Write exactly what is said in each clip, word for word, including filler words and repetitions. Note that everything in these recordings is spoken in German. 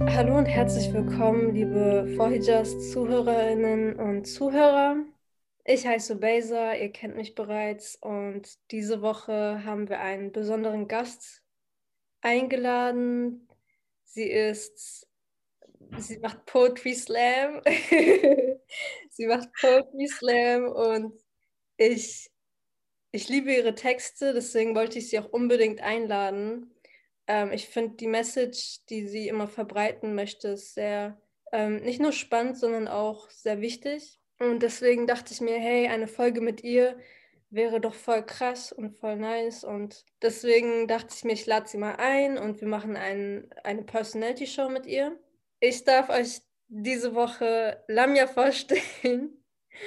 Hallo und herzlich willkommen, liebe Vorhijas Zuhörerinnen und Zuhörer. Ich heiße Beyza, ihr kennt mich bereits und diese Woche haben wir einen besonderen Gast eingeladen. Sie ist, sie macht Poetry Slam. Sie macht Poetry Slam und ich, ich liebe ihre Texte, deswegen wollte ich sie auch unbedingt einladen. Ähm, ich finde die Message, die sie immer verbreiten möchte, ist sehr, ähm, nicht nur spannend, sondern auch sehr wichtig. Und deswegen dachte ich mir, hey, eine Folge mit ihr wäre doch voll krass und voll nice. Und deswegen dachte ich mir, ich lade sie mal ein und wir machen ein, eine Personality-Show mit ihr. Ich darf euch diese Woche Lamia vorstellen.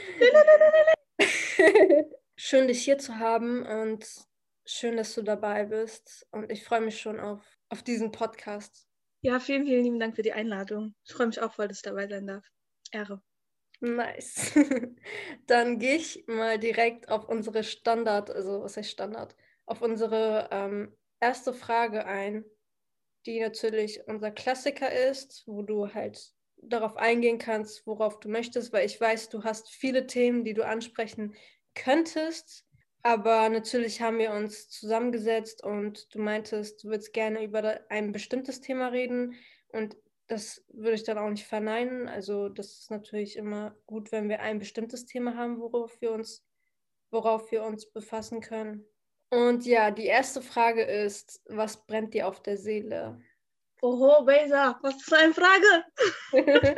Schön, dich hier zu haben und schön, dass du dabei bist. Und ich freue mich schon auf, auf diesen Podcast. Ja, vielen, vielen lieben Dank für die Einladung. Ich freue mich auch voll, dass ich dabei sein darf. Ehre. Nice. Dann gehe ich mal direkt auf unsere Standard, also was heißt Standard, auf unsere ähm, erste Frage ein, die natürlich unser Klassiker ist, wo du halt darauf eingehen kannst, worauf du möchtest, weil ich weiß, du hast viele Themen, die du ansprechen könntest. Aber natürlich haben wir uns zusammengesetzt und du meintest, du würdest gerne über ein bestimmtes Thema reden und das würde ich dann auch nicht verneinen. Also das ist natürlich immer gut, wenn wir ein bestimmtes Thema haben, worauf wir uns, worauf wir uns befassen können. Und ja, die erste Frage ist, was brennt dir auf der Seele? Oho, Beyza, was ist für eine Frage?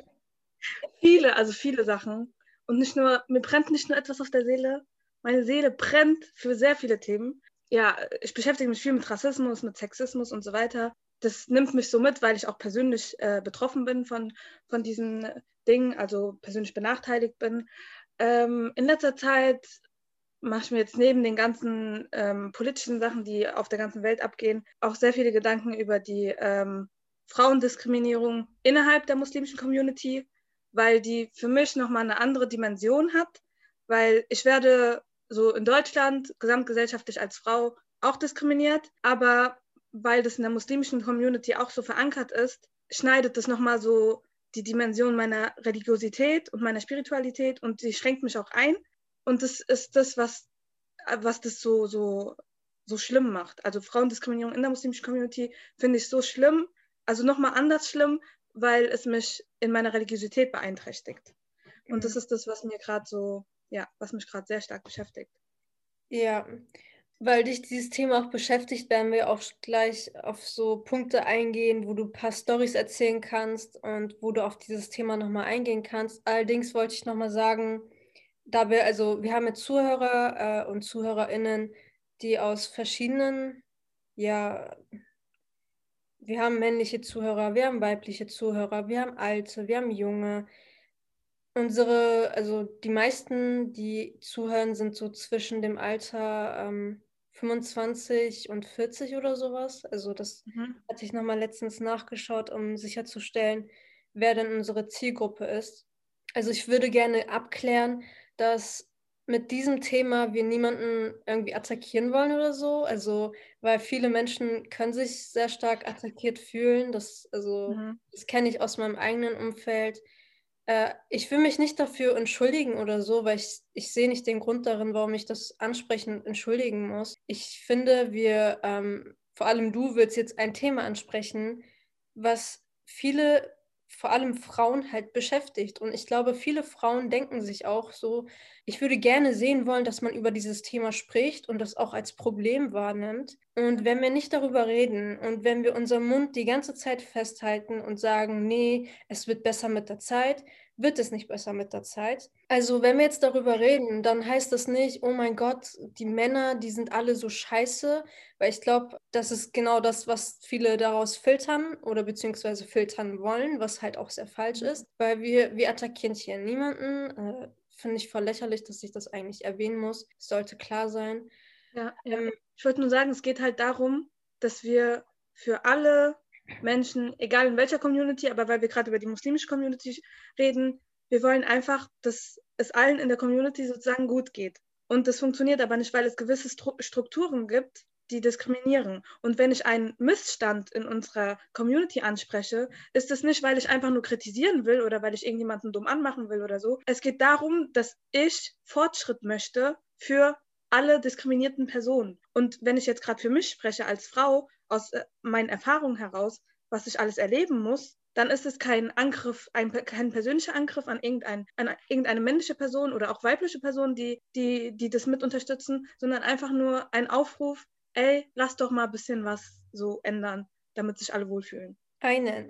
Viele, also viele Sachen. Und nicht nur, mir brennt nicht nur etwas auf der Seele, meine Seele brennt für sehr viele Themen. Ja, ich beschäftige mich viel mit Rassismus, mit Sexismus und so weiter. Das nimmt mich so mit, weil ich auch persönlich äh, betroffen bin von, von diesen Dingen, also persönlich benachteiligt bin. Ähm, in letzter Zeit mache ich mir jetzt neben den ganzen ähm, politischen Sachen, die auf der ganzen Welt abgehen, auch sehr viele Gedanken über die ähm, Frauendiskriminierung innerhalb der muslimischen Community, weil die für mich nochmal eine andere Dimension hat, weil ich werde so in Deutschland gesamtgesellschaftlich als Frau auch diskriminiert, aber weil das in der muslimischen Community auch so verankert ist, schneidet das nochmal so die Dimension meiner Religiosität und meiner Spiritualität und sie schränkt mich auch ein. Und das ist das, was, was das so, so, so schlimm macht. Also Frauendiskriminierung in der muslimischen Community finde ich so schlimm, also nochmal anders schlimm, weil es mich in meiner Religiosität beeinträchtigt. Und das ist das, was mir gerade so, ja, was mich gerade sehr stark beschäftigt. Ja, weil dich dieses Thema auch beschäftigt, werden wir auch gleich auf so Punkte eingehen, wo du ein paar Storys erzählen kannst und wo du auf dieses Thema nochmal eingehen kannst. Allerdings wollte ich nochmal sagen, da wir, also wir haben jetzt Zuhörer äh, und ZuhörerInnen, die aus verschiedenen, ja, wir haben männliche Zuhörer, wir haben weibliche Zuhörer, wir haben alte, wir haben junge. Unsere, also die meisten, die zuhören, sind so zwischen dem Alter ähm, fünfundzwanzig und vierzig oder sowas. Also das Mhm. hatte ich nochmal letztens nachgeschaut, um sicherzustellen, wer denn unsere Zielgruppe ist. Also ich würde gerne abklären, dass mit diesem Thema wir niemanden irgendwie attackieren wollen oder so. Also, weil viele Menschen können sich sehr stark attackiert fühlen. Das, also, Mhm. das kenne ich aus meinem eigenen Umfeld. Äh, ich will mich nicht dafür entschuldigen oder so, weil ich, ich sehe nicht den Grund darin, warum ich das ansprechen und entschuldigen muss. Ich finde, wir, ähm, vor allem du, willst jetzt ein Thema ansprechen, was viele, vor allem Frauen halt beschäftigt. Und ich glaube, viele Frauen denken sich auch so, ich würde gerne sehen wollen, dass man über dieses Thema spricht und das auch als Problem wahrnimmt. Und wenn wir nicht darüber reden und wenn wir unseren Mund die ganze Zeit festhalten und sagen, nee, es wird besser mit der Zeit, wird es nicht besser mit der Zeit. Also, wenn wir jetzt darüber reden, dann heißt das nicht, oh mein Gott, die Männer, die sind alle so scheiße, weil ich glaube, das ist genau das, was viele daraus filtern oder beziehungsweise filtern wollen, was halt auch sehr falsch ist, weil wir, wir attackieren hier niemanden. Äh, finde ich voll lächerlich, dass ich das eigentlich erwähnen muss. Es sollte klar sein. Ja, ja. Ähm, Ich wollte nur sagen, es geht halt darum, dass wir für alle Menschen, egal in welcher Community, aber weil wir gerade über die muslimische Community reden, wir wollen einfach, dass es allen in der Community sozusagen gut geht. Und das funktioniert aber nicht, weil es gewisse Stru Strukturen gibt, die diskriminieren. Und wenn ich einen Missstand in unserer Community anspreche, ist es nicht, weil ich einfach nur kritisieren will oder weil ich irgendjemanden dumm anmachen will oder so. Es geht darum, dass ich Fortschritt möchte für alle diskriminierten Personen. Und wenn ich jetzt gerade für mich spreche als Frau, aus äh, meinen Erfahrungen heraus, was ich alles erleben muss, dann ist es kein Angriff, ein, kein persönlicher Angriff an, irgendein, an irgendeine männliche Person oder auch weibliche Person, die, die, die das mit unterstützen, sondern einfach nur ein Aufruf, ey, lass doch mal ein bisschen was so ändern, damit sich alle wohlfühlen. Einen.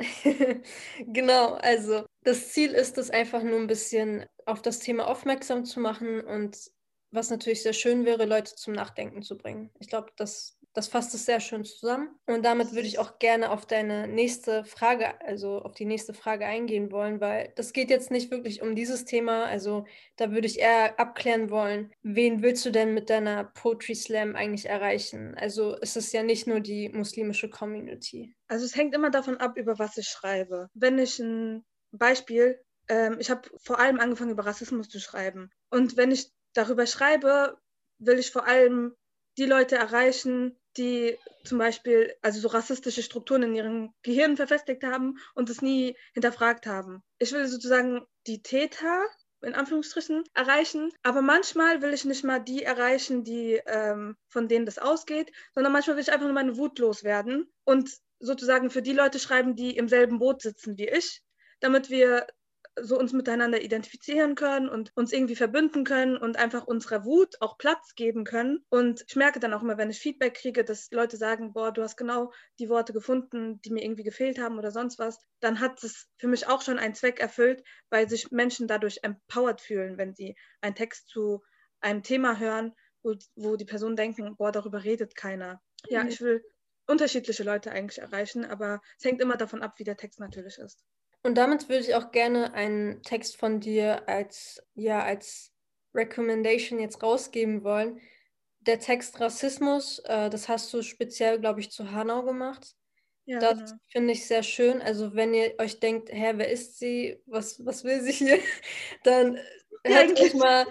Genau, also das Ziel ist es einfach nur ein bisschen auf das Thema aufmerksam zu machen und was natürlich sehr schön wäre, Leute zum Nachdenken zu bringen. Ich glaube, das, das fasst es sehr schön zusammen. Und damit würde ich auch gerne auf deine nächste Frage, also auf die nächste Frage eingehen wollen, weil das geht jetzt nicht wirklich um dieses Thema. Also da würde ich eher abklären wollen, wen willst du denn mit deiner Poetry Slam eigentlich erreichen? Also es ist ja nicht nur die muslimische Community. Also es hängt immer davon ab, über was ich schreibe. Wenn ich ein Beispiel, ähm, ich habe vor allem angefangen, über Rassismus zu schreiben. Und wenn ich darüber schreibe, will ich vor allem die Leute erreichen, die zum Beispiel also so rassistische Strukturen in ihrem Gehirn verfestigt haben und es nie hinterfragt haben. Ich will sozusagen die Täter in Anführungsstrichen erreichen, aber manchmal will ich nicht mal die erreichen, die ähm, von denen das ausgeht, sondern manchmal will ich einfach nur meine Wut loswerden und sozusagen für die Leute schreiben, die im selben Boot sitzen wie ich, damit wir so uns miteinander identifizieren können und uns irgendwie verbünden können und einfach unserer Wut auch Platz geben können. Und ich merke dann auch immer, wenn ich Feedback kriege, dass Leute sagen, boah, du hast genau die Worte gefunden, die mir irgendwie gefehlt haben oder sonst was, dann hat es für mich auch schon einen Zweck erfüllt, weil sich Menschen dadurch empowered fühlen, wenn sie einen Text zu einem Thema hören, wo, wo die Personen denken, boah, darüber redet keiner. Ja, ich will unterschiedliche Leute eigentlich erreichen, aber es hängt immer davon ab, wie der Text natürlich ist. Und damit würde ich auch gerne einen Text von dir als, ja, als Recommendation jetzt rausgeben wollen. Der Text Rassismus, äh, das hast du speziell, glaube ich, zu Hanau gemacht. Ja, Das genau. finde ich sehr schön. Also wenn ihr euch denkt, hä, wer ist sie? Was, was will sie hier? Dann Ja, hört eigentlich. euch mal,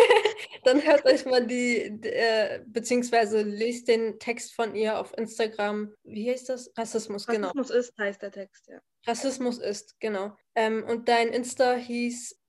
dann hört euch mal die, d- äh, beziehungsweise lest den Text von ihr auf Instagram. Wie heißt das? Rassismus, genau. Rassismus ist, heißt der Text, ja. Rassismus ist, genau. Ähm, und dein Insta hieß,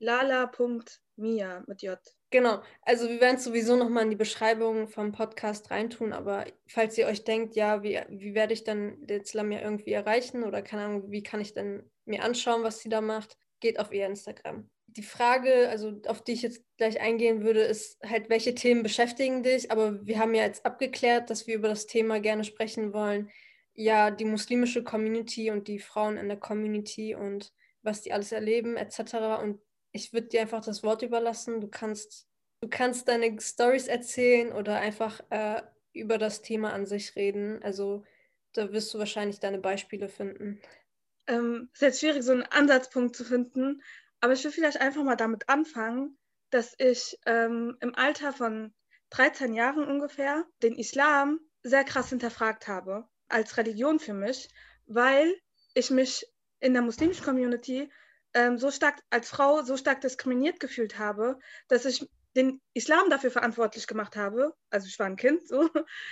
lala.mia mit J. genau, also wir werden es sowieso nochmal in die Beschreibung vom Podcast reintun, aber falls ihr euch denkt, ja, wie, wie werde ich dann jetzt Lamia irgendwie erreichen oder keine Ahnung, wie kann ich denn mir anschauen, was sie da macht, geht auf ihr Instagram. Die Frage, also auf die ich jetzt gleich eingehen würde, ist halt, welche Themen beschäftigen dich? Aber wir haben ja jetzt abgeklärt, dass wir über das Thema gerne sprechen wollen. Ja, die muslimische Community und die Frauen in der Community und was die alles erleben, et cetera. Und ich würde dir einfach das Wort überlassen. Du kannst, du kannst deine Stories erzählen oder einfach äh, über das Thema an sich reden. Also da wirst du wahrscheinlich deine Beispiele finden. Ähm, ist jetzt schwierig, so einen Ansatzpunkt zu finden, aber ich will vielleicht einfach mal damit anfangen, dass ich ähm, im Alter von dreizehn Jahren ungefähr den Islam sehr krass hinterfragt habe als Religion für mich, weil ich mich in der muslimischen Community ähm, so stark als Frau so stark diskriminiert gefühlt habe, dass ich den Islam dafür verantwortlich gemacht habe, also ich war ein Kind so,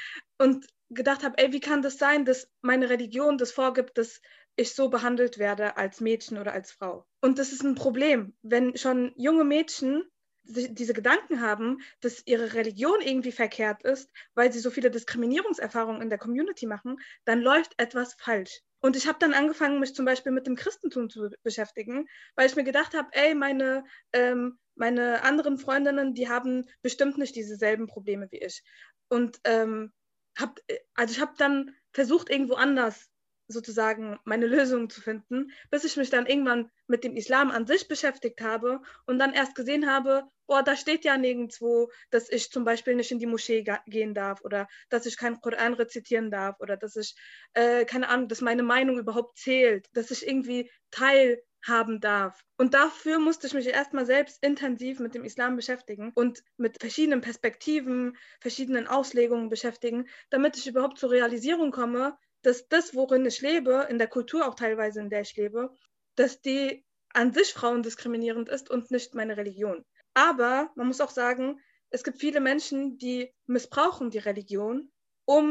und gedacht habe, ey, wie kann das sein, dass meine Religion das vorgibt, dass ich so behandelt werde als Mädchen oder als Frau. Und das ist ein Problem, wenn schon junge Mädchen diese Gedanken haben, dass ihre Religion irgendwie verkehrt ist, weil sie so viele Diskriminierungserfahrungen in der Community machen, dann läuft etwas falsch. Und ich habe dann angefangen, mich zum Beispiel mit dem Christentum zu beschäftigen, weil ich mir gedacht habe, ey, meine, ähm, meine anderen Freundinnen, die haben bestimmt nicht dieselben Probleme wie ich. Und ähm, hab, also ich habe dann versucht, irgendwo anders sozusagen meine Lösung zu finden, bis ich mich dann irgendwann mit dem Islam an sich beschäftigt habe und dann erst gesehen habe, boah, da steht ja nirgendwo, dass ich zum Beispiel nicht in die Moschee gehen darf oder dass ich keinen Koran rezitieren darf oder dass ich, äh, keine Ahnung, dass meine Meinung überhaupt zählt, dass ich irgendwie teilhaben darf. Und dafür musste ich mich erstmal selbst intensiv mit dem Islam beschäftigen und mit verschiedenen Perspektiven, verschiedenen Auslegungen beschäftigen, damit ich überhaupt zur Realisierung komme, dass das, worin ich lebe, in der Kultur auch teilweise, in der ich lebe, dass die an sich frauendiskriminierend ist und nicht meine Religion. Aber man muss auch sagen, es gibt viele Menschen, die missbrauchen die Religion, um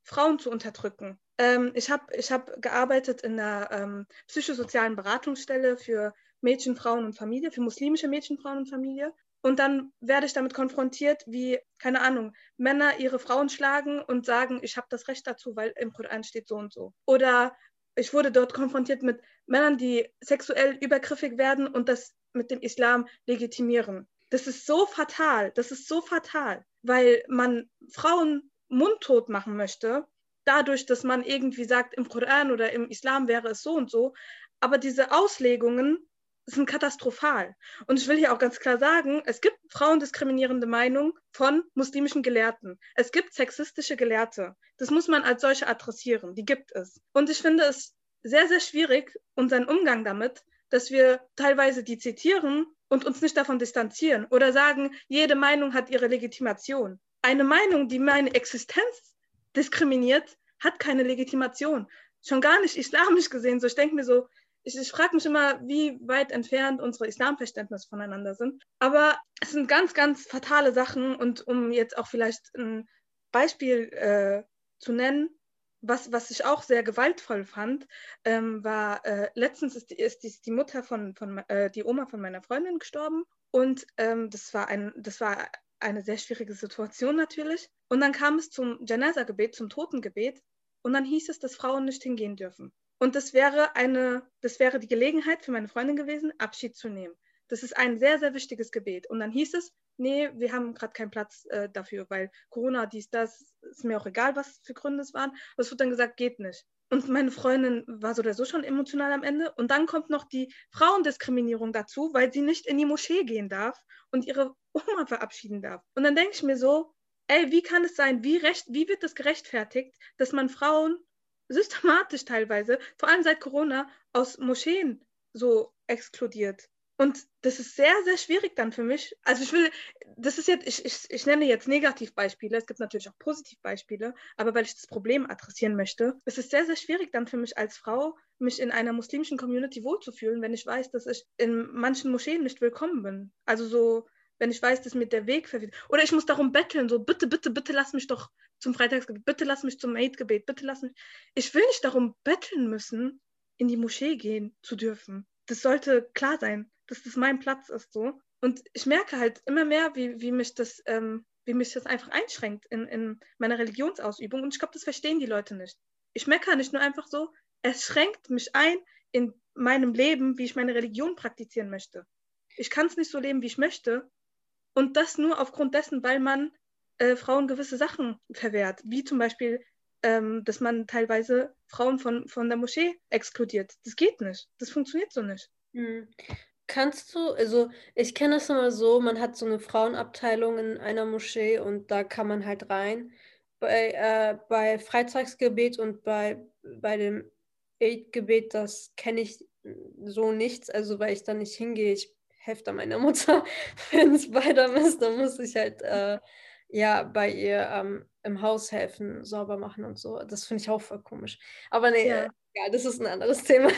Frauen zu unterdrücken. Ähm, ich habe ich hab gearbeitet in einer ähm, psychosozialen Beratungsstelle für Mädchen, Frauen und Familie, für muslimische Mädchen, Frauen und Familie. Und dann werde ich damit konfrontiert, wie, keine Ahnung, Männer ihre Frauen schlagen und sagen, ich habe das Recht dazu, weil im Koran steht so und so. Oder ich wurde dort konfrontiert mit Männern, die sexuell übergriffig werden und das mit dem Islam legitimieren. Das ist so fatal, das ist so fatal, weil man Frauen mundtot machen möchte, dadurch, dass man irgendwie sagt, im Koran oder im Islam wäre es so und so. Aber diese Auslegungen sind katastrophal. Und ich will hier auch ganz klar sagen, es gibt frauendiskriminierende Meinungen von muslimischen Gelehrten. Es gibt sexistische Gelehrte. Das muss man als solche adressieren. Die gibt es. Und ich finde es sehr, sehr schwierig, unseren Umgang damit, dass wir teilweise die zitieren und uns nicht davon distanzieren oder sagen, jede Meinung hat ihre Legitimation. Eine Meinung, die meine Existenz diskriminiert, hat keine Legitimation. Schon gar nicht islamisch gesehen. So, ich denke mir so, ich, ich frage mich immer, wie weit entfernt unsere Islamverständnisse voneinander sind. Aber es sind ganz, ganz fatale Sachen. Und um jetzt auch vielleicht ein Beispiel äh, zu nennen, was, was ich auch sehr gewaltvoll fand, ähm, war, äh, letztens ist, die, ist die, die Mutter von, von äh, die Oma von meiner Freundin gestorben. Und ähm, das war ein, das war eine sehr schwierige Situation natürlich. Und dann kam es zum Janaza-Gebet, zum Totengebet. Und dann hieß es, dass Frauen nicht hingehen dürfen. Und das wäre eine, das wäre die Gelegenheit für meine Freundin gewesen, Abschied zu nehmen. Das ist ein sehr, sehr wichtiges Gebet. Und dann hieß es, nee, wir haben gerade keinen Platz äh, dafür, weil Corona, dies, das, ist mir auch egal, was für Gründe es waren. Aber es wurde dann gesagt, geht nicht. Und meine Freundin war so oder so schon emotional am Ende. Und dann kommt noch die Frauendiskriminierung dazu, weil sie nicht in die Moschee gehen darf und ihre Oma verabschieden darf. Und dann denke ich mir so, ey, wie kann es sein, wie, recht, wie wird das gerechtfertigt, dass man Frauen systematisch teilweise, vor allem seit Corona, aus Moscheen so exkludiert. Und das ist sehr, sehr schwierig dann für mich. Also ich will, das ist jetzt, ich, ich, ich nenne jetzt Negativbeispiele, es gibt natürlich auch Positivbeispiele, aber weil ich das Problem adressieren möchte, es ist sehr, sehr schwierig dann für mich als Frau, mich in einer muslimischen Community wohlzufühlen, wenn ich weiß, dass ich in manchen Moscheen nicht willkommen bin. Also so, wenn ich weiß, dass mir der Weg verwirrt. Oder ich muss darum betteln, so bitte, bitte, bitte lass mich doch zum Freitagsgebet, bitte lass mich zum Eidgebet, bitte lass mich. Ich will nicht darum betteln müssen, in die Moschee gehen zu dürfen. Das sollte klar sein, dass das mein Platz ist so. Und ich merke halt immer mehr, wie, wie, mich, das, ähm, wie mich das einfach einschränkt in, in meiner Religionsausübung. Und ich glaube, das verstehen die Leute nicht. Ich meckere nicht nur einfach so, es schränkt mich ein in meinem Leben, wie ich meine Religion praktizieren möchte. Ich kann es nicht so leben, wie ich möchte. Und das nur aufgrund dessen, weil man äh, Frauen gewisse Sachen verwehrt, wie zum Beispiel, ähm, dass man teilweise Frauen von, von der Moschee exkludiert. Das geht nicht. Das funktioniert so nicht. Hm. Kannst du, also ich kenne das immer so, man hat so eine Frauenabteilung in einer Moschee und da kann man halt rein. Bei, äh, bei Freitagsgebet und bei, bei dem Eid-Gebet, das kenne ich so nichts, also weil ich da nicht hingehe. Ich helfe da meiner Mutter, wenn es bei der ist, dann muss ich halt äh, ja bei ihr ähm, im Haus helfen, sauber machen und so. Das finde ich auch voll komisch. Aber nee, Ja. äh, ja, das ist ein anderes Thema.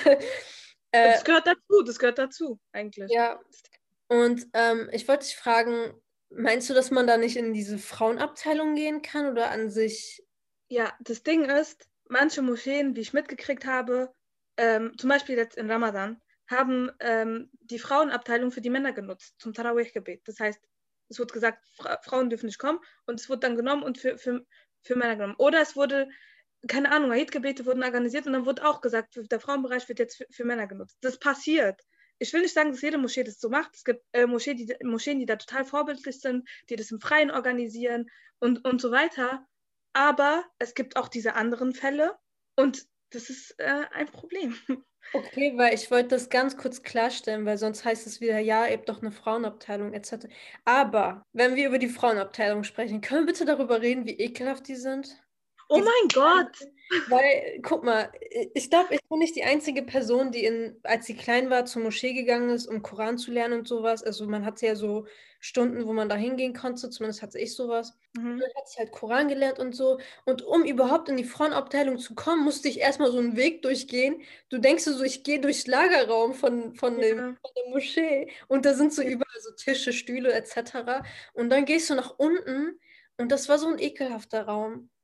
Äh, Das gehört dazu, das gehört dazu, eigentlich. ja, und ähm, ich wollte dich fragen, meinst du, dass man da nicht in diese Frauenabteilung gehen kann oder an sich? Ja, das Ding ist, manche Moscheen, wie ich mitgekriegt habe, ähm, zum Beispiel jetzt in Ramadan, haben ähm, die Frauenabteilung für die Männer genutzt, zum Tarawih-Gebet. Das heißt, es wurde gesagt, Fra Frauen dürfen nicht kommen und es wurde dann genommen und für, für, für Männer genommen. Oder es wurde, keine Ahnung, Eid-Gebete wurden organisiert und dann wurde auch gesagt, der Frauenbereich wird jetzt für, für Männer genutzt. Das passiert. Ich will nicht sagen, dass jede Moschee das so macht. Es gibt äh, Moscheen, die, Moscheen, die da total vorbildlich sind, die das im Freien organisieren und, und so weiter. Aber es gibt auch diese anderen Fälle und das ist äh, ein Problem. Okay, weil ich wollte das ganz kurz klarstellen, weil sonst heißt es wieder, ja, ihr habt doch eine Frauenabteilung et cetera. Aber wenn wir über die Frauenabteilung sprechen, können wir bitte darüber reden, wie ekelhaft die sind? Oh Die mein Gott! Weil, guck mal, ich glaube, ich bin nicht die einzige Person, die, in, als sie klein war, zur Moschee gegangen ist, um Koran zu lernen und sowas. Also man hatte ja so Stunden, wo man da hingehen konnte, zumindest hatte ich sowas. Und Mhm. dann hat ich halt Koran gelernt und so. Und um überhaupt in die Frauenabteilung zu kommen, musste ich erstmal so einen Weg durchgehen. Du denkst so, ich gehe durchs Lagerraum von, von, dem, Ja. von der Moschee und da sind so überall so Tische, Stühle et cetera. Und dann gehst du nach unten und das war so ein ekelhafter Raum.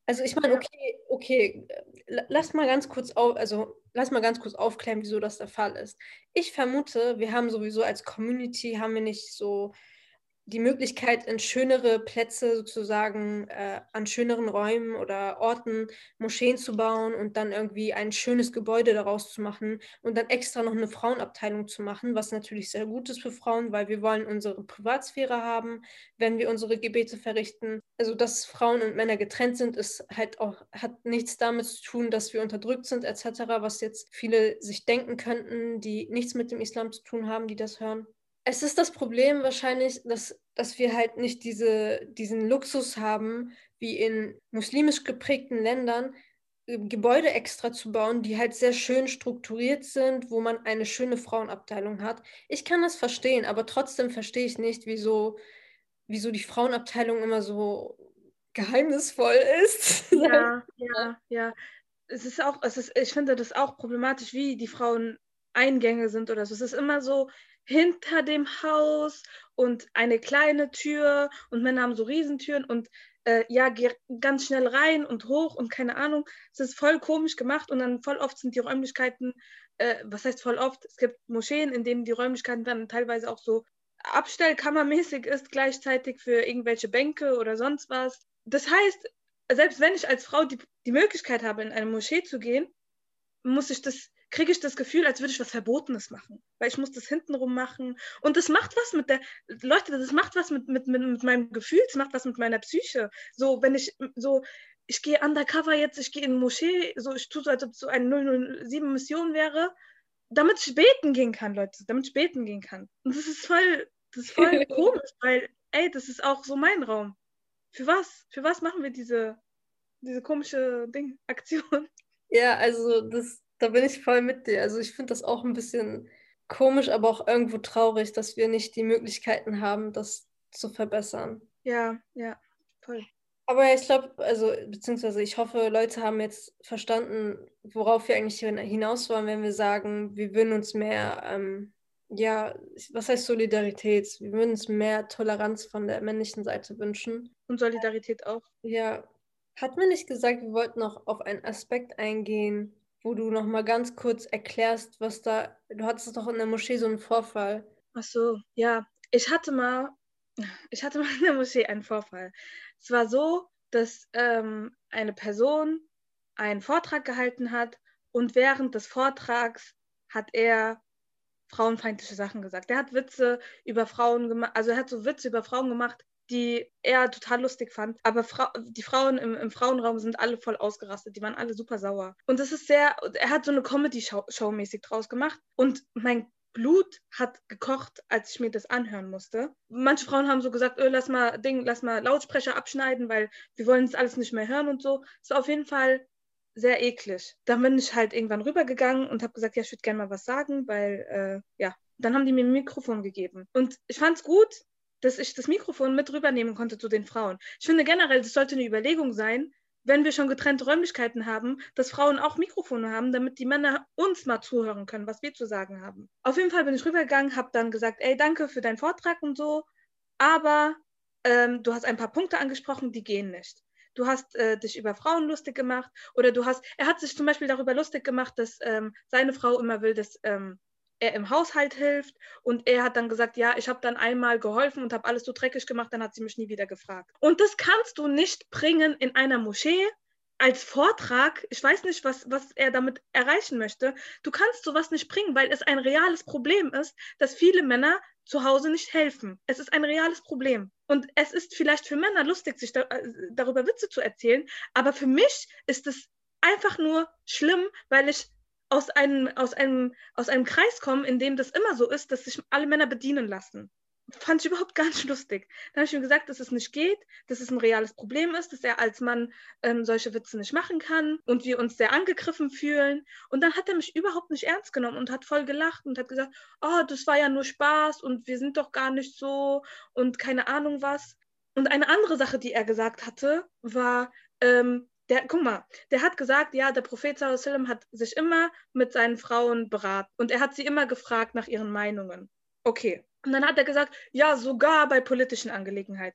Also ich meine, Ja. okay, okay, l- lass mal ganz kurz auf, also lass mal ganz kurz aufklären, wieso das der Fall ist. Ich vermute, wir haben sowieso als Community haben wir nicht so die Möglichkeit, in schönere Plätze sozusagen, äh, an schöneren Räumen oder Orten Moscheen zu bauen und dann irgendwie ein schönes Gebäude daraus zu machen und dann extra noch eine Frauenabteilung zu machen, was natürlich sehr gut ist für Frauen, weil wir wollen unsere Privatsphäre haben, wenn wir unsere Gebete verrichten. Also, dass Frauen und Männer getrennt sind, ist halt auch, hat nichts damit zu tun, dass wir unterdrückt sind, et cetera, was jetzt viele sich denken könnten, die nichts mit dem Islam zu tun haben, die das hören. Es ist das Problem wahrscheinlich, dass, dass wir halt nicht diese, diesen Luxus haben, wie in muslimisch geprägten Ländern, äh, Gebäude extra zu bauen, die halt sehr schön strukturiert sind, wo man eine schöne Frauenabteilung hat. Ich kann das verstehen, aber trotzdem verstehe ich nicht, wieso, wieso die Frauenabteilung immer so geheimnisvoll ist. Ja, ja, ja. Es ist auch, es ist, ich finde das auch problematisch, wie die Frauen Eingänge sind oder so. Es ist immer so hinter dem Haus und eine kleine Tür und Männer haben so Riesentüren und äh, ja, geh ganz schnell rein und hoch und keine Ahnung. Es ist voll komisch gemacht und dann voll oft sind die Räumlichkeiten, äh, was heißt voll oft? Es gibt Moscheen, in denen die Räumlichkeiten dann teilweise auch so abstellkammermäßig ist, gleichzeitig für irgendwelche Bänke oder sonst was. Das heißt, selbst wenn ich als Frau die, die Möglichkeit habe, in eine Moschee zu gehen, muss ich das, kriege ich das Gefühl, als würde ich was Verbotenes machen. Weil ich muss das hintenrum machen. Und das macht was mit der, Leute, das macht was mit, mit, mit, mit meinem Gefühl, das macht was mit meiner Psyche. So, wenn ich so, ich gehe undercover jetzt, ich gehe in eine Moschee, so, ich tue so, als ob es so eine null null sieben Mission wäre, damit ich beten gehen kann, Leute, damit ich beten gehen kann. Und das ist voll, das ist voll komisch, weil, ey, das ist auch so mein Raum. Für was? Für was machen wir diese, diese komische Ding, Aktion? Ja, also das, da bin ich voll mit dir. Also ich finde das auch ein bisschen komisch, aber auch irgendwo traurig, dass wir nicht die Möglichkeiten haben, das zu verbessern. Ja, ja, voll. Aber ja, ich glaube, also beziehungsweise ich hoffe, Leute haben jetzt verstanden, worauf wir eigentlich hin- hinaus wollen, wenn wir sagen, wir würden uns mehr, ähm, ja, was heißt Solidarität? Wir würden uns mehr Toleranz von der männlichen Seite wünschen. Und Solidarität auch. Ja, hat mir nicht gesagt, wir wollten noch auf einen Aspekt eingehen, wo du noch mal ganz kurz erklärst, was da, du hattest doch in der Moschee so einen Vorfall. Ach so, ja. Ich hatte mal, ich hatte mal in der Moschee einen Vorfall. Es war so, dass ähm, eine Person einen Vortrag gehalten hat und während des Vortrags hat er frauenfeindliche Sachen gesagt. Er hat Witze über Frauen gemacht, also er hat so Witze über Frauen gemacht, die er total lustig fand. Aber Fra die Frauen im, im Frauenraum sind alle voll ausgerastet. Die waren alle super sauer. Und das ist sehr, er hat so eine Comedy-Show mäßig draus gemacht. Und mein Blut hat gekocht, als ich mir das anhören musste. Manche Frauen haben so gesagt, öh, lass mal Ding, lass mal Lautsprecher abschneiden, weil wir wollen das alles nicht mehr hören und so. Es war auf jeden Fall sehr eklig. Dann bin ich halt irgendwann rübergegangen und habe gesagt, ja, ich würde gerne mal was sagen, weil, äh, ja, dann haben die mir ein Mikrofon gegeben. Und ich fand es gut, dass ich das Mikrofon mit rübernehmen konnte zu den Frauen. Ich finde generell, das sollte eine Überlegung sein, wenn wir schon getrennte Räumlichkeiten haben, dass Frauen auch Mikrofone haben, damit die Männer uns mal zuhören können, was wir zu sagen haben. Auf jeden Fall bin ich rübergegangen, habe dann gesagt, ey, danke für deinen Vortrag und so, aber ähm, du hast ein paar Punkte angesprochen, die gehen nicht. Du hast äh, dich über Frauen lustig gemacht oder du hast, er hat sich zum Beispiel darüber lustig gemacht, dass ähm, seine Frau immer will, dass ähm, er im Haushalt hilft und er hat dann gesagt, ja, ich habe dann einmal geholfen und habe alles so dreckig gemacht, dann hat sie mich nie wieder gefragt. Und das kannst du nicht bringen in einer Moschee als Vortrag. Ich weiß nicht, was, was er damit erreichen möchte. Du kannst sowas nicht bringen, weil es ein reales Problem ist, dass viele Männer zu Hause nicht helfen. Es ist ein reales Problem. Und es ist vielleicht für Männer lustig, sich da, äh, darüber Witze zu erzählen, aber für mich ist es einfach nur schlimm, weil ich aus einem, aus einem, aus einem Kreis komme, in dem das immer so ist, dass sich alle Männer bedienen lassen. Fand ich überhaupt gar nicht lustig. Dann habe ich ihm gesagt, dass es nicht geht, dass es ein reales Problem ist, dass er als Mann ähm, solche Witze nicht machen kann und wir uns sehr angegriffen fühlen. Und dann hat er mich überhaupt nicht ernst genommen und hat voll gelacht und hat gesagt, oh, das war ja nur Spaß und wir sind doch gar nicht so und keine Ahnung was. Und eine andere Sache, die er gesagt hatte, war, ähm, der, guck mal, der hat gesagt, ja, der Prophet sallallahu alaihi wasallam hat sich immer mit seinen Frauen beraten und er hat sie immer gefragt nach ihren Meinungen. Okay. Und dann hat er gesagt, ja, sogar bei politischen Angelegenheiten.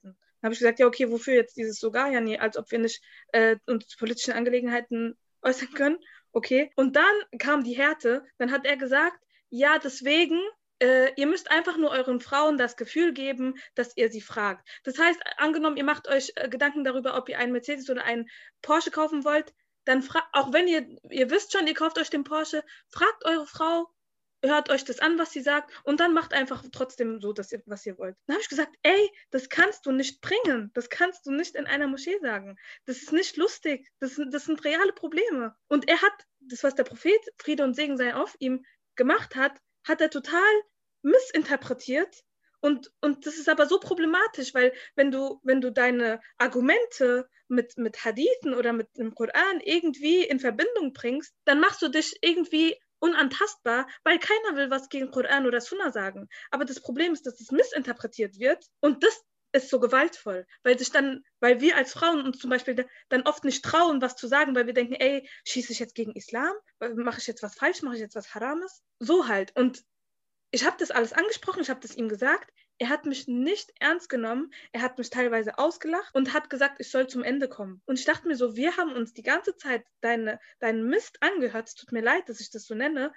Dann habe ich gesagt, ja, okay, wofür jetzt dieses sogar? Ja, nee, als ob wir nicht äh, uns zu politischen Angelegenheiten äußern können. Okay. Und dann kam die Härte. Dann hat er gesagt, ja, deswegen, äh, ihr müsst einfach nur euren Frauen das Gefühl geben, dass ihr sie fragt. Das heißt, angenommen, ihr macht euch äh, Gedanken darüber, ob ihr einen Mercedes oder einen Porsche kaufen wollt, dann fragt, auch wenn ihr, ihr wisst schon, ihr kauft euch den Porsche, fragt eure Frau, hört euch das an, was sie sagt und dann macht einfach trotzdem so, dass ihr, was ihr wollt. Dann habe ich gesagt, ey, das kannst du nicht bringen. Das kannst du nicht in einer Moschee sagen. Das ist nicht lustig. Das, das sind reale Probleme. Und er hat, das, was der Prophet, Friede und Segen sei auf ihm, gemacht hat, hat er total missinterpretiert. Und, und das ist aber so problematisch, weil wenn du, wenn du deine Argumente mit, mit Hadithen oder mit dem Koran irgendwie in Verbindung bringst, dann machst du dich irgendwie unantastbar, weil keiner will was gegen Koran oder Sunna sagen. Aber das Problem ist, dass es missinterpretiert wird und das ist so gewaltvoll, weil sich dann, weil wir als Frauen uns zum Beispiel dann oft nicht trauen, was zu sagen, weil wir denken, ey, schieße ich jetzt gegen Islam? Mache ich jetzt was falsch? Mache ich jetzt was Harames? So halt. Und ich habe das alles angesprochen, ich habe das ihm gesagt. Er hat mich nicht ernst genommen. Er hat mich teilweise ausgelacht und hat gesagt, ich soll zum Ende kommen. Und ich dachte mir so, wir haben uns die ganze Zeit deine, deinen Mist angehört. Es tut mir leid, dass ich das so nenne.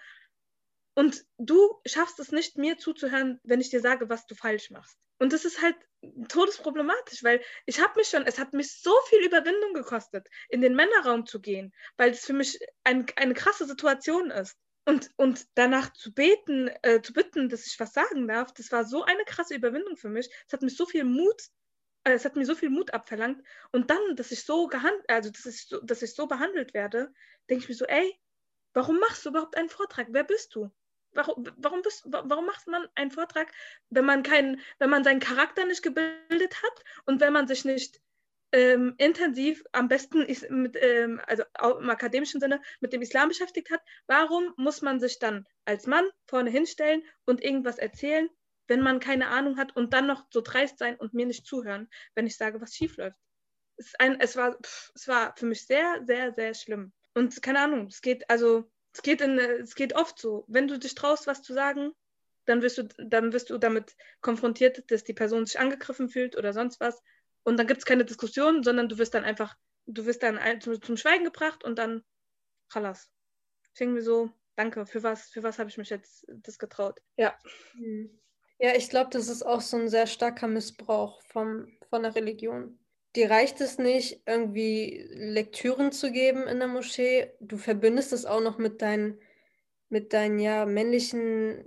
Und du schaffst es nicht, mir zuzuhören, wenn ich dir sage, was du falsch machst. Und das ist halt todesproblematisch, weil ich habe mich schon, es hat mich so viel Überwindung gekostet, in den Männerraum zu gehen, weil es für mich ein, eine krasse Situation ist. Und, und danach zu beten, äh, zu bitten, dass ich was sagen darf, das war so eine krasse Überwindung für mich. Es hat mich so viel Mut, äh, es hat mir so viel Mut abverlangt. Und dann, dass ich so gehandelt, also dass ich so, dass ich so behandelt werde, denke ich mir so, ey, warum machst du überhaupt einen Vortrag? Wer bist du? Warum, warum, bist, warum macht man einen Vortrag, wenn man keinen, wenn man seinen Charakter nicht gebildet hat und wenn man sich nicht ähm, intensiv, am besten ist mit, ähm, also auch im akademischen Sinne, mit dem Islam beschäftigt hat, warum muss man sich dann als Mann vorne hinstellen und irgendwas erzählen, wenn man keine Ahnung hat und dann noch so dreist sein und mir nicht zuhören, wenn ich sage, was schief läuft? Es, ist ein, es, war, pff, es war für mich sehr, sehr, sehr schlimm. Und keine Ahnung, es geht, also, es geht, in, es geht oft so. Wenn du dich traust, was zu sagen, dann wirst du, dann wirst du damit konfrontiert, dass die Person sich angegriffen fühlt oder sonst was. Und dann gibt es keine Diskussion, sondern du wirst dann einfach, du wirst dann ein, zum, zum Schweigen gebracht und dann, chalas. Ich denke mir so, danke, für was, für was habe ich mich jetzt das getraut? Ja. Ja, ich glaube, das ist auch so ein sehr starker Missbrauch vom, von der Religion. Dir reicht es nicht, irgendwie Lektüren zu geben in der Moschee. Du verbindest es auch noch mit deinen, mit deinen ja, männlichen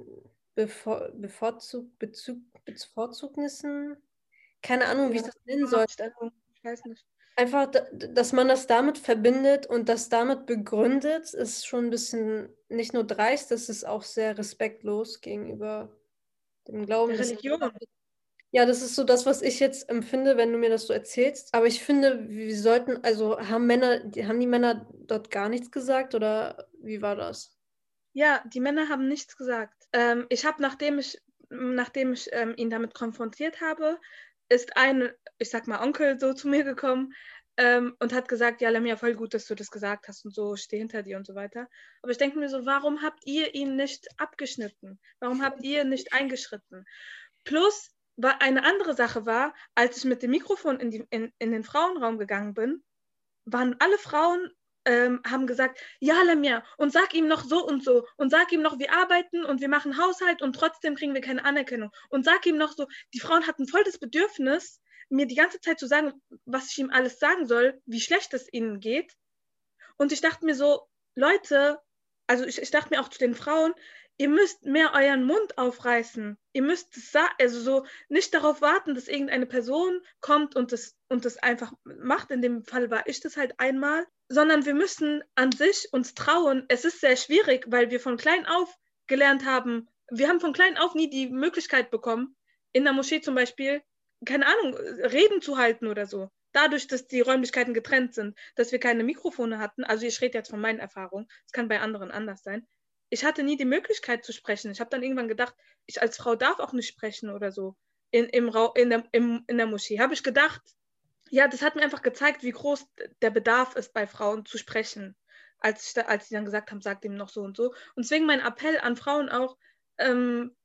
Bevor Bevorzug Bezug Bevorzugnissen. Keine Ahnung, wie ich Ja, das nennen soll. ich weiß nicht. Einfach, da- dass man das damit verbindet und das damit begründet, ist schon ein bisschen nicht nur dreist, das ist auch sehr respektlos gegenüber dem Glauben. Der Das, Religion. ja, das ist so das, was ich jetzt empfinde, wenn du mir das so erzählst. Aber ich finde, wir sollten, also haben Männer, die, haben die Männer dort gar nichts gesagt oder wie war das? Ja, die Männer haben nichts gesagt. Ähm, ich habe, nachdem ich, nachdem ich ähm, ihn damit konfrontiert habe, ist ein, ich sag mal, Onkel so zu mir gekommen ähm, und hat gesagt, ja, Lamia, voll gut, dass du das gesagt hast und so, ich stehe hinter dir und so weiter. Aber ich denke mir so, warum habt ihr ihn nicht abgeschnitten? Warum habt ihr nicht eingeschritten? Plus, war eine andere Sache war, als ich mit dem Mikrofon in, die, in, in den Frauenraum gegangen bin, waren alle Frauen, ähm, haben gesagt, ja, Lamia, und sag ihm noch so und so und sag ihm noch, wir arbeiten und wir machen Haushalt und trotzdem kriegen wir keine Anerkennung und sag ihm noch so, die Frauen hatten voll das Bedürfnis, mir die ganze Zeit zu sagen, was ich ihm alles sagen soll, wie schlecht es ihnen geht. Und ich dachte mir so, Leute, also ich, ich dachte mir auch zu den Frauen, ihr müsst mehr euren Mund aufreißen. Ihr müsst es also so nicht darauf warten, dass irgendeine Person kommt und das, und das einfach macht. In dem Fall war ich das halt einmal. Sondern wir müssen an sich uns trauen. Es ist sehr schwierig, weil wir von klein auf gelernt haben, wir haben von klein auf nie die Möglichkeit bekommen, in der Moschee zum Beispiel, keine Ahnung, Reden zu halten oder so. Dadurch, dass die Räumlichkeiten getrennt sind, dass wir keine Mikrofone hatten, also ich rede jetzt von meinen Erfahrungen, es kann bei anderen anders sein, ich hatte nie die Möglichkeit zu sprechen. Ich habe dann irgendwann gedacht, ich als Frau darf auch nicht sprechen oder so in, im Ra in, der, im, in der Moschee. Habe ich gedacht, ja, das hat mir einfach gezeigt, wie groß der Bedarf ist, bei Frauen zu sprechen, als, ich da, als sie dann gesagt haben, sagt ihm noch so und so. Und deswegen mein Appell an Frauen auch, ähm,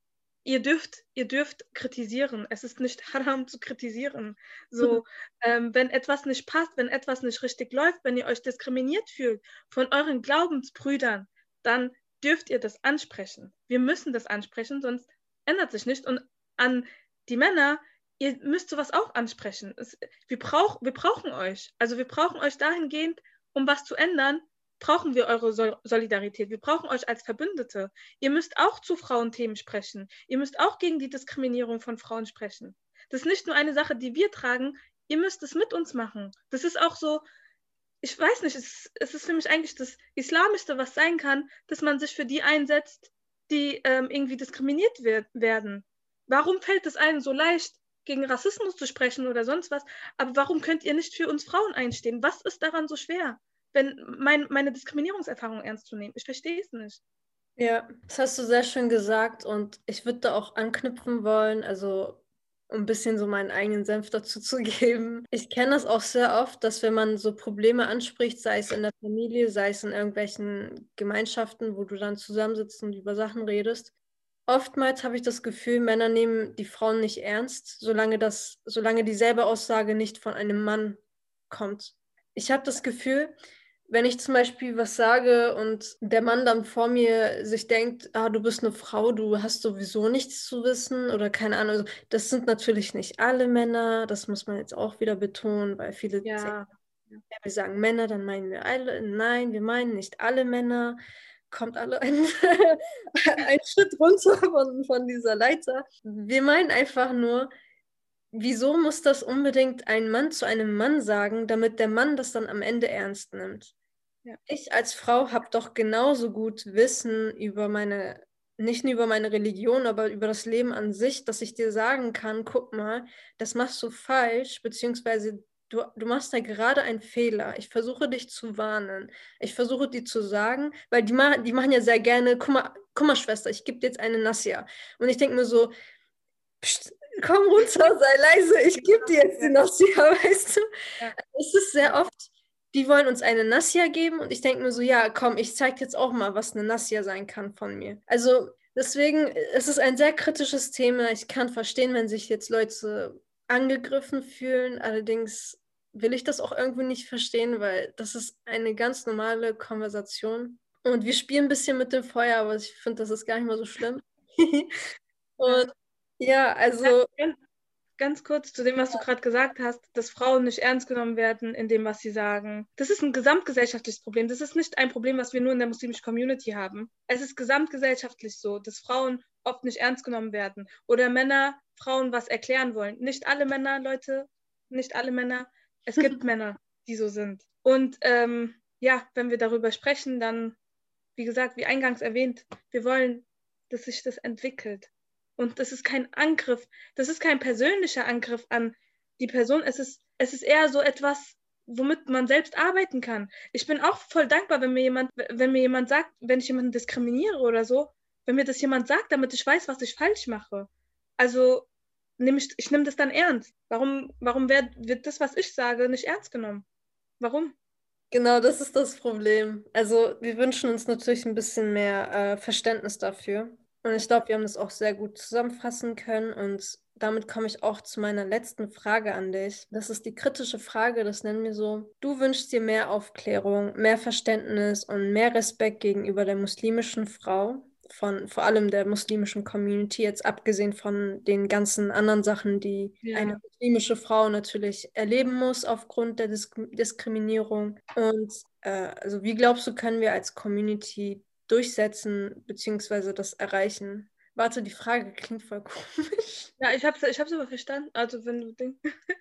ihr dürft, ihr dürft kritisieren. Es ist nicht haram zu kritisieren. So, ähm, wenn etwas nicht passt, wenn etwas nicht richtig läuft, wenn ihr euch diskriminiert fühlt von euren Glaubensbrüdern, dann dürft ihr das ansprechen. Wir müssen das ansprechen, sonst ändert sich nicht. Und an die Männer, ihr müsst sowas auch ansprechen. Es, wir, brauch, wir brauchen euch. Also wir brauchen euch dahingehend, um was zu ändern, brauchen wir eure Sol- Solidarität. Wir brauchen euch als Verbündete. Ihr müsst auch zu Frauenthemen sprechen. Ihr müsst auch gegen die Diskriminierung von Frauen sprechen. Das ist nicht nur eine Sache, die wir tragen. Ihr müsst es mit uns machen. Das ist auch so, ich weiß nicht, es, es ist für mich eigentlich das Islamischste, was sein kann, dass man sich für die einsetzt, die ähm, irgendwie diskriminiert wird, werden. Warum fällt es einem so leicht, gegen Rassismus zu sprechen oder sonst was? Aber warum könnt ihr nicht für uns Frauen einstehen? Was ist daran so schwer, wenn mein, meine Diskriminierungserfahrung ernst zu nehmen? Ich verstehe es nicht. Ja, das hast du sehr schön gesagt und ich würde da auch anknüpfen wollen, also um ein bisschen so meinen eigenen Senf dazu zu geben. Ich kenne das auch sehr oft, dass wenn man so Probleme anspricht, sei es in der Familie, sei es in irgendwelchen Gemeinschaften, wo du dann zusammensitzt und über Sachen redest, oftmals habe ich das Gefühl, Männer nehmen die Frauen nicht ernst, solange das, solange dieselbe Aussage nicht von einem Mann kommt. Ich habe das Gefühl, wenn ich zum Beispiel was sage und der Mann dann vor mir sich denkt, ah, du bist eine Frau, du hast sowieso nichts zu wissen oder keine Ahnung. Also, das sind natürlich nicht alle Männer, das muss man jetzt auch wieder betonen, weil viele, Ja. wenn wir sagen Männer, dann meinen wir alle. Nein, wir meinen nicht alle Männer. Kommt alle einen, einen Schritt runter von, von dieser Leiter. Wir meinen einfach nur, wieso muss das unbedingt ein Mann zu einem Mann sagen, damit der Mann das dann am Ende ernst nimmt? Ja. Ich als Frau habe doch genauso gut Wissen über meine, nicht nur über meine Religion, aber über das Leben an sich, dass ich dir sagen kann, guck mal, das machst du falsch, beziehungsweise du, du machst da gerade einen Fehler. Ich versuche dich zu warnen. Ich versuche dir zu sagen, weil die, ma die machen ja sehr gerne, guck mal, guck mal, Schwester, ich gebe dir jetzt eine Nassia. Und ich denke mir so, pst, komm runter, sei leise, ich gebe dir jetzt die Nassia, weißt du? Ja. Es ist sehr oft, die wollen uns eine Nassia geben und ich denke mir so, ja, komm, ich zeige jetzt auch mal, was eine Nassia sein kann von mir. Also deswegen, es ist ein sehr kritisches Thema. Ich kann verstehen, wenn sich jetzt Leute angegriffen fühlen. Allerdings will ich das auch irgendwie nicht verstehen, weil das ist eine ganz normale Konversation. Und wir spielen ein bisschen mit dem Feuer, aber ich finde, das ist gar nicht mal so schlimm. Und ja, also Ja, ganz kurz zu dem, was du gerade gesagt hast, dass Frauen nicht ernst genommen werden in dem, was sie sagen. Das ist ein gesamtgesellschaftliches Problem. Das ist nicht ein Problem, was wir nur in der muslimischen Community haben. Es ist gesamtgesellschaftlich so, dass Frauen oft nicht ernst genommen werden oder Männer Frauen was erklären wollen. Nicht alle Männer, Leute, nicht alle Männer. Es gibt Männer, die so sind. Und ähm, ja, wenn wir darüber sprechen, dann, wie gesagt, wie eingangs erwähnt, wir wollen, dass sich das entwickelt. Und das ist kein Angriff, das ist kein persönlicher Angriff an die Person. Es ist, es ist eher so etwas, womit man selbst arbeiten kann. Ich bin auch voll dankbar, wenn mir jemand, wenn mir jemand sagt, wenn ich jemanden diskriminiere oder so, wenn mir das jemand sagt, damit ich weiß, was ich falsch mache. Also nehm ich, ich nehme das dann ernst. Warum, warum wird, wird das, was ich sage, nicht ernst genommen? Warum? genau, das ist das Problem. Also wir wünschen uns natürlich ein bisschen mehr äh, Verständnis dafür. Und ich glaube, wir haben das auch sehr gut zusammenfassen können. Und damit komme ich auch zu meiner letzten Frage an dich. Das ist die kritische Frage, das nennen wir so. Du wünschst dir mehr Aufklärung, mehr Verständnis und mehr Respekt gegenüber der muslimischen Frau, von vor allem der muslimischen Community, jetzt abgesehen von den ganzen anderen Sachen, die eine Ja. muslimische Frau natürlich erleben muss aufgrund der Disk Diskriminierung. Und äh, also wie glaubst du, können wir als Community durchsetzen beziehungsweise das erreichen? Warte, die Frage klingt voll komisch. Ja, ich habe es ich hab's aber verstanden. Also wenn du denkst.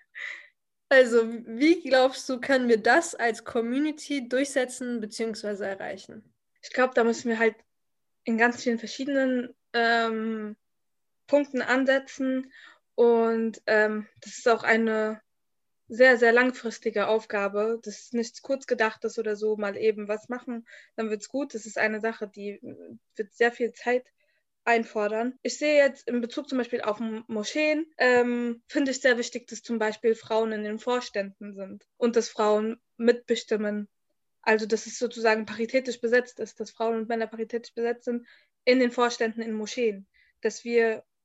Also, wie glaubst du, können wir das als Community durchsetzen beziehungsweise erreichen? Ich glaube, da müssen wir halt in ganz vielen verschiedenen ähm, Punkten ansetzen. Und ähm, das ist auch eine sehr, sehr langfristige Aufgabe. Das ist nichts Kurzgedachtes oder so, mal eben was machen, dann wird es gut. Das ist eine Sache, die äh, wird sehr viel Zeit einfordern. Ich sehe jetzt in Bezug zum Beispiel auf M- Moscheen, ähm, finde ich sehr wichtig, dass zum Beispiel Frauen in den Vorständen sind und dass Frauen mitbestimmen. Also, dass es sozusagen paritätisch besetzt ist, dass Frauen und Männer paritätisch besetzt sind in den Vorständen in Moscheen. Dass wir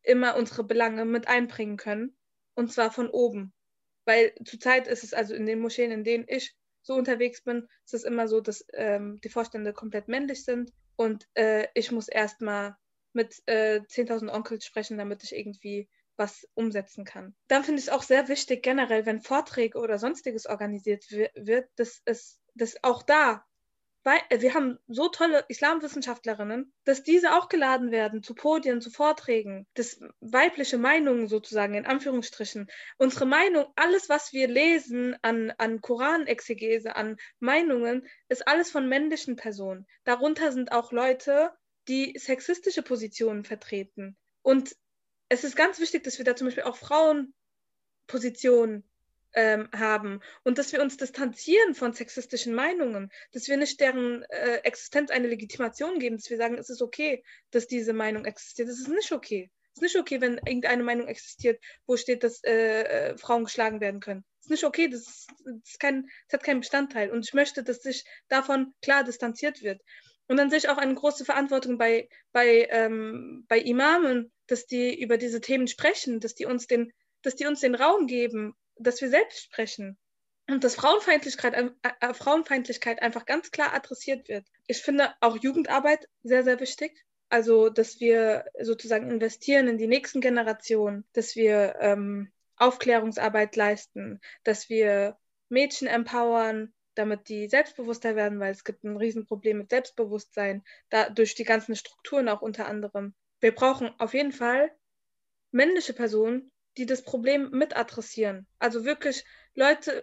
immer unsere Belange mit einbringen können. Und zwar von oben. Weil zurzeit ist es also in den Moscheen, in denen ich so unterwegs bin, ist es immer so, dass ähm, die Vorstände komplett männlich sind und äh, ich muss erstmal mit äh, zehntausend Onkels sprechen, damit ich irgendwie was umsetzen kann. Dann finde ich es auch sehr wichtig, generell, wenn Vorträge oder sonstiges organisiert wird, dass es dass auch da, weil wir haben so tolle Islamwissenschaftlerinnen, dass diese auch geladen werden zu Podien, zu Vorträgen, dass weibliche Meinungen sozusagen, in Anführungsstrichen, unsere Meinung, alles, was wir lesen an, an Koranexegese, an Meinungen, ist alles von männlichen Personen. Darunter sind auch Leute, die sexistische Positionen vertreten. Und es ist ganz wichtig, dass wir da zum Beispiel auch Frauenpositionen ähm, haben und dass wir uns distanzieren von sexistischen Meinungen, dass wir nicht deren äh, Existenz eine Legitimation geben, dass wir sagen, es ist okay, dass diese Meinung existiert. Es ist nicht okay. Es ist nicht okay, wenn irgendeine Meinung existiert, wo steht, dass äh, äh, Frauen geschlagen werden können. Es ist nicht okay, das, ist, das, ist kein, das hat keinen Bestandteil. Und ich möchte, dass sich davon klar distanziert wird. Und dann sehe ich auch eine große Verantwortung bei, bei, ähm, bei Imamen, dass die über diese Themen sprechen, dass die uns den, dass die uns den Raum geben, dass wir selbst sprechen und dass Frauenfeindlichkeit, äh, Frauenfeindlichkeit einfach ganz klar adressiert wird. Ich finde auch Jugendarbeit sehr, sehr wichtig. Also, dass wir sozusagen investieren in die nächsten Generationen, dass wir ähm, Aufklärungsarbeit leisten, dass wir Mädchen empowern, damit die selbstbewusster werden, weil es gibt ein Riesenproblem mit Selbstbewusstsein, da, durch die ganzen Strukturen auch unter anderem. Wir brauchen auf jeden Fall männliche Personen, die das Problem mit adressieren. Also wirklich Leute,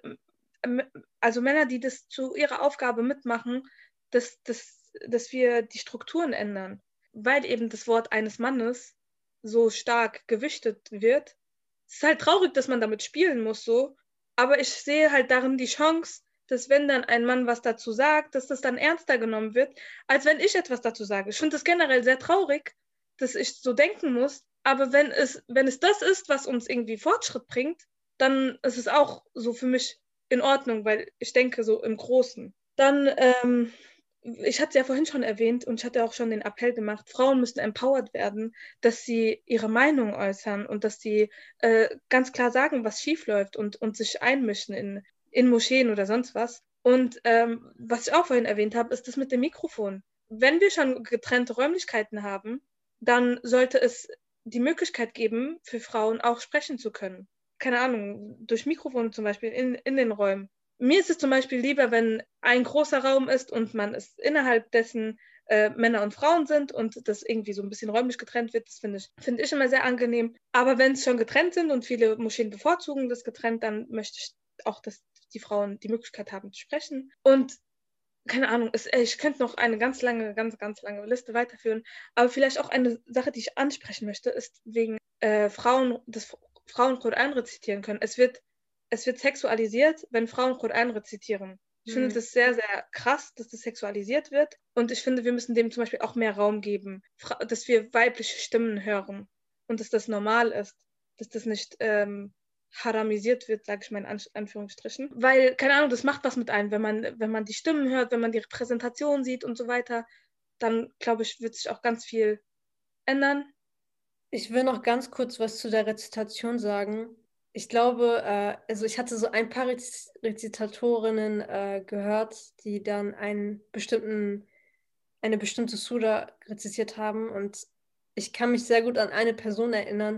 also Männer, die das zu ihrer Aufgabe mitmachen, dass, dass, dass wir die Strukturen ändern. Weil eben das Wort eines Mannes so stark gewichtet wird. Es ist halt traurig, dass man damit spielen muss, so. Aber ich sehe halt darin die Chance, dass wenn dann ein Mann was dazu sagt, dass das dann ernster genommen wird, als wenn ich etwas dazu sage. Ich finde das generell sehr traurig, dass ich so denken muss. Aber wenn es, wenn es das ist, was uns irgendwie Fortschritt bringt, dann ist es auch so für mich in Ordnung, weil ich denke so im Großen. Dann, ähm, ich hatte es ja vorhin schon erwähnt und ich hatte auch schon den Appell gemacht, Frauen müssen empowered werden, dass sie ihre Meinung äußern und dass sie äh, ganz klar sagen, was schief läuft und, und sich einmischen in, in Moscheen oder sonst was. Und ähm, was ich auch vorhin erwähnt habe, ist das mit dem Mikrofon. Wenn wir schon getrennte Räumlichkeiten haben, dann sollte es die Möglichkeit geben, für Frauen auch sprechen zu können. Keine Ahnung, durch Mikrofone zum Beispiel in, in den Räumen. Mir ist es zum Beispiel lieber, wenn ein großer Raum ist und man ist innerhalb dessen äh, Männer und Frauen sind und das irgendwie so ein bisschen räumlich getrennt wird. Das finde ich, find ich immer sehr angenehm. Aber wenn es schon getrennt sind und viele Moscheen bevorzugen das getrennt, dann möchte ich auch, dass die Frauen die Möglichkeit haben zu sprechen. Und keine Ahnung, es, ich könnte noch eine ganz lange, ganz, ganz lange Liste weiterführen, aber vielleicht auch eine Sache, die ich ansprechen möchte, ist wegen äh, Frauen, dass Frauen Koran rezitieren können. Es wird, es wird sexualisiert, wenn Frauen Koran rezitieren. Ich mhm. finde das sehr, sehr krass, dass das sexualisiert wird und ich finde, wir müssen dem zum Beispiel auch mehr Raum geben, dass wir weibliche Stimmen hören und dass das normal ist, dass das nicht ähm, haramisiert wird, sage ich mal in An- Anführungsstrichen. Weil, keine Ahnung, das macht was mit einem, wenn man, wenn man die Stimmen hört, wenn man die Repräsentation sieht und so weiter, dann, glaube ich, wird sich auch ganz viel ändern. Ich will noch ganz kurz was zu der Rezitation sagen. Ich glaube, äh, also ich hatte so ein paar Rez Rezitatorinnen äh, gehört, die dann einen bestimmten, eine bestimmte Sura rezitiert haben und ich kann mich sehr gut an eine Person erinnern.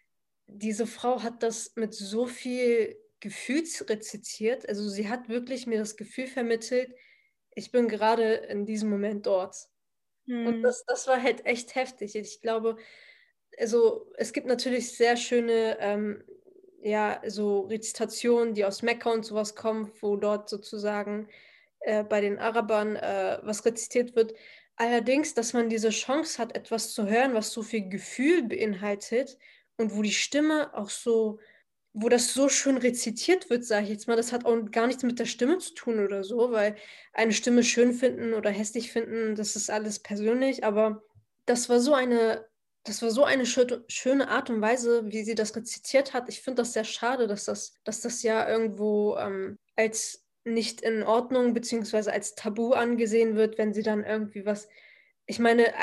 Diese Frau hat das mit so viel Gefühl rezitiert. Also sie hat wirklich mir das Gefühl vermittelt, ich bin gerade in diesem Moment dort. Hm. Und das, das war halt echt heftig. Ich glaube, also es gibt natürlich sehr schöne ähm, ja, so Rezitationen, die aus Mekka und sowas kommen, wo dort sozusagen äh, bei den Arabern äh, was rezitiert wird. Allerdings, dass man diese Chance hat, etwas zu hören, was so viel Gefühl beinhaltet und wo die Stimme auch so, wo das so schön rezitiert wird, sage ich jetzt mal, das hat auch gar nichts mit der Stimme zu tun oder so, weil eine Stimme schön finden oder hässlich finden, das ist alles persönlich, aber das war so eine, das war so eine schö schöne Art und Weise, wie sie das rezitiert hat. Ich finde das sehr schade, dass das, dass das ja irgendwo ähm, als nicht in Ordnung beziehungsweise als Tabu angesehen wird, wenn sie dann irgendwie was, ich meine,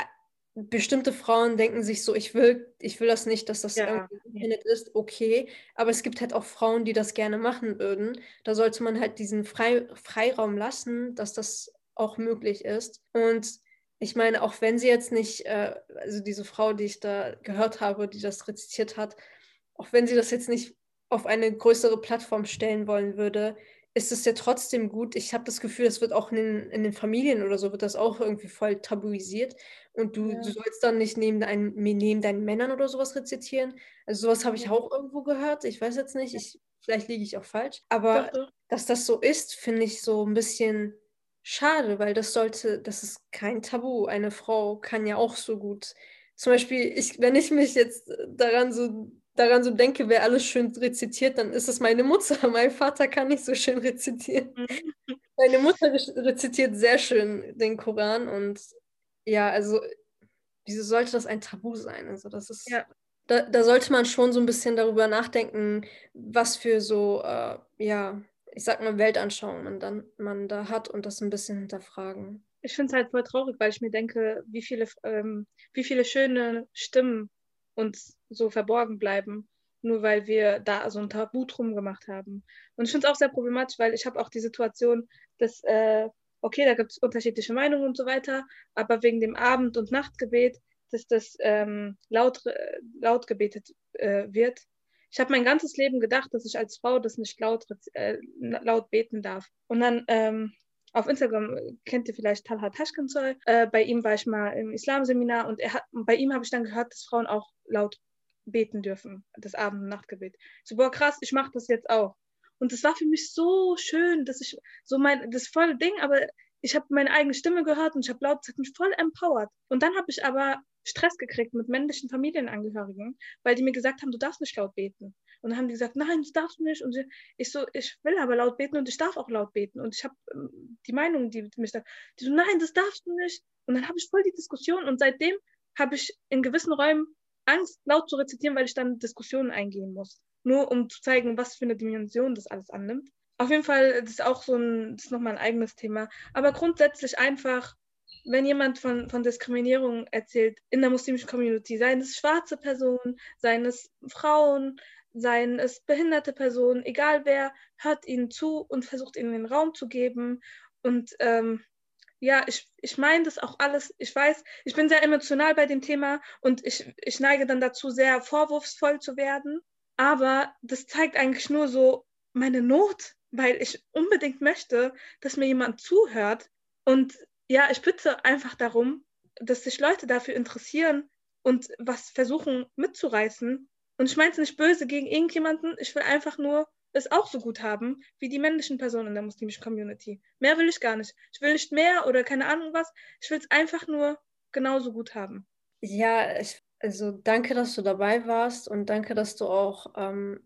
bestimmte Frauen denken sich so, ich will, ich will das nicht, dass das Ja, irgendwie im ja, Internet ist, okay. Aber es gibt halt auch Frauen, die das gerne machen würden. Da sollte man halt diesen Frei Freiraum lassen, dass das auch möglich ist. Und ich meine, auch wenn sie jetzt nicht, äh, also diese Frau, die ich da gehört habe, die das rezitiert hat, auch wenn sie das jetzt nicht auf eine größere Plattform stellen wollen würde, ist es ja trotzdem gut. Ich habe das Gefühl, das wird auch in den, in den Familien oder so, wird das auch irgendwie voll tabuisiert. Und du, du ja, sollst dann nicht neben, deinen, neben deinen Männern oder sowas rezitieren. Also sowas habe ich ja. auch irgendwo gehört. Ich weiß jetzt nicht, ich, vielleicht liege ich auch falsch. Doch, Aber doch. dass das so ist, finde ich so ein bisschen schade, weil das sollte, das ist kein Tabu. Eine Frau kann ja auch so gut. Zum Beispiel, ich, wenn ich mich jetzt daran so, daran so denke, wer alles schön rezitiert, dann ist es meine Mutter. Mein Vater kann nicht so schön rezitieren. Mhm. Meine Mutter rezitiert sehr schön den Koran und ja, also wieso sollte das ein Tabu sein? Also das ist, Ja, da, da sollte man schon so ein bisschen darüber nachdenken, was für so, äh, ja, ich sag mal, Weltanschauung man dann man da hat und das ein bisschen hinterfragen. ich finde es halt voll traurig, weil ich mir denke, wie viele, ähm, wie viele schöne Stimmen uns so verborgen bleiben, nur weil wir da so ein Tabu drum gemacht haben. Und ich finde es auch sehr problematisch, weil ich habe auch die Situation, dass, äh, okay, da gibt es unterschiedliche Meinungen und so weiter, aber wegen dem Abend- und Nachtgebet, dass das ähm, laut, äh, laut gebetet äh, wird. Ich habe mein ganzes Leben gedacht, dass ich als Frau das nicht laut, äh, laut beten darf. Und dann ähm, auf Instagram äh, kennt ihr vielleicht Talha Taschkensoy. Äh, bei ihm war ich mal im Islamseminar und er hat, bei ihm habe ich dann gehört, dass Frauen auch laut beten dürfen, das Abend- und Nachtgebet. So, boah, krass, ich mache das jetzt auch. Und das war für mich so schön, dass ich so mein, das volle Ding, aber ich habe meine eigene Stimme gehört und ich habe laut, das hat mich voll empowert. Und dann habe ich aber Stress gekriegt mit männlichen Familienangehörigen, weil die mir gesagt haben, du darfst nicht laut beten. Und dann haben die gesagt, nein, das darfst du nicht. Und ich so, ich will aber laut beten und ich darf auch laut beten. Und ich habe ähm, die Meinung, die mich da, die so, nein, das darfst du nicht. Und dann habe ich voll die Diskussion und seitdem habe ich in gewissen Räumen Angst, laut zu rezitieren, weil ich dann Diskussionen eingehen muss. Nur um zu zeigen, was für eine Dimension das alles annimmt. Auf jeden Fall, das ist auch so ein, das ist nochmal ein eigenes Thema. Aber grundsätzlich einfach, wenn jemand von, von Diskriminierung erzählt in der muslimischen Community, seien es schwarze Personen, seien es Frauen, seien es behinderte Personen, egal wer, hört ihnen zu und versucht ihnen den Raum zu geben. Und ähm, ja, ich, ich meine das auch alles. Ich weiß, ich bin sehr emotional bei dem Thema und ich, ich neige dann dazu, sehr vorwurfsvoll zu werden. Aber das zeigt eigentlich nur so meine Not, weil ich unbedingt möchte, dass mir jemand zuhört. Und ja, ich bitte einfach darum, dass sich Leute dafür interessieren und was versuchen mitzureißen. Und ich meine es nicht böse gegen irgendjemanden. Ich will einfach nur es auch so gut haben wie die männlichen Personen in der muslimischen Community. Mehr will ich gar nicht. Ich will nicht mehr oder keine Ahnung was. Ich will es einfach nur genauso gut haben. Ja, ich, also danke, dass du dabei warst und danke, dass du auch ähm,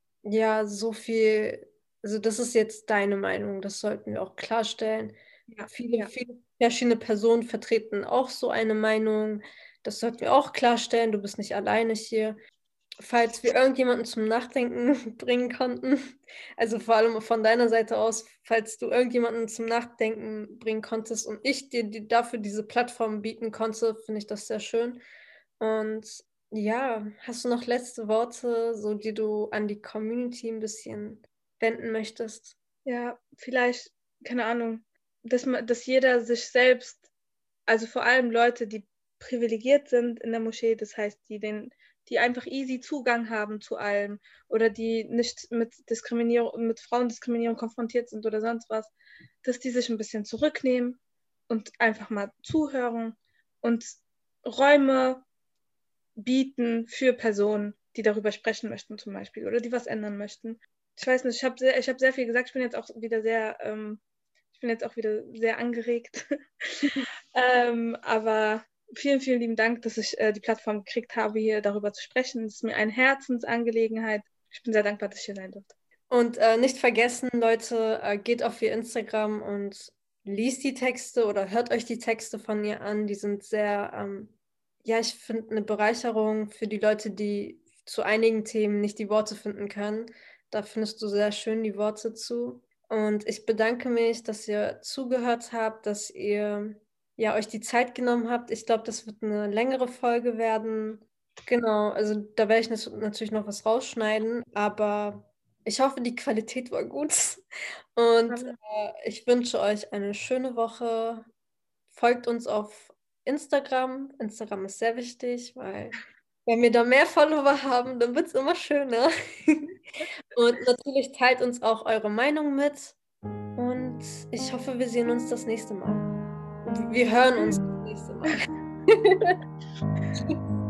ja so viel, also das ist jetzt deine Meinung, das sollten wir auch klarstellen. Ja, Viele, ja. viele verschiedene Personen vertreten auch so eine Meinung, das sollten wir auch klarstellen, du bist nicht alleine hier. Falls wir irgendjemanden zum Nachdenken bringen konnten, also vor allem von deiner Seite aus, falls du irgendjemanden zum Nachdenken bringen konntest und ich dir die, dafür diese Plattform bieten konnte, finde ich das sehr schön. Und ja, hast du noch letzte Worte, so die du an die Community ein bisschen wenden möchtest? Ja, vielleicht, keine Ahnung, dass, man, dass jeder sich selbst, also vor allem Leute, die privilegiert sind in der Moschee, das heißt, die den, die einfach easy Zugang haben zu allem oder die nicht mit Diskriminierung, mit Frauendiskriminierung konfrontiert sind oder sonst was, dass die sich ein bisschen zurücknehmen und einfach mal zuhören und Räume bieten für Personen, die darüber sprechen möchten zum Beispiel oder die was ändern möchten. Ich weiß nicht, ich habe sehr, ich hab sehr viel gesagt, ich bin jetzt auch wieder sehr, ähm, ich bin jetzt auch wieder sehr angeregt. ähm, aber vielen, vielen lieben Dank, dass ich äh, die Plattform gekriegt habe, hier darüber zu sprechen. Es ist mir eine Herzensangelegenheit. Ich bin sehr dankbar, dass ich hier sein durfte. Und äh, nicht vergessen, Leute, äh, geht auf ihr Instagram und liest die Texte oder hört euch die Texte von ihr an. Die sind sehr, ähm, ja, ich finde eine Bereicherung für die Leute, die zu einigen Themen nicht die Worte finden können. Da findest du sehr schön die Worte zu. Und ich bedanke mich, dass ihr zugehört habt, dass ihr ja, euch die Zeit genommen habt. Ich glaube, das wird eine längere Folge werden. Genau, also da werde ich nas- natürlich noch was rausschneiden, aber ich hoffe, die Qualität war gut. Und Alle. äh, ich wünsche euch eine schöne Woche. Folgt uns auf Instagram. Instagram ist sehr wichtig, weil wenn wir da mehr Follower haben, dann wird es immer schöner. Und natürlich teilt uns auch eure Meinung mit. Und ich hoffe, wir sehen uns das nächste Mal. Wir hören uns das nächste Mal.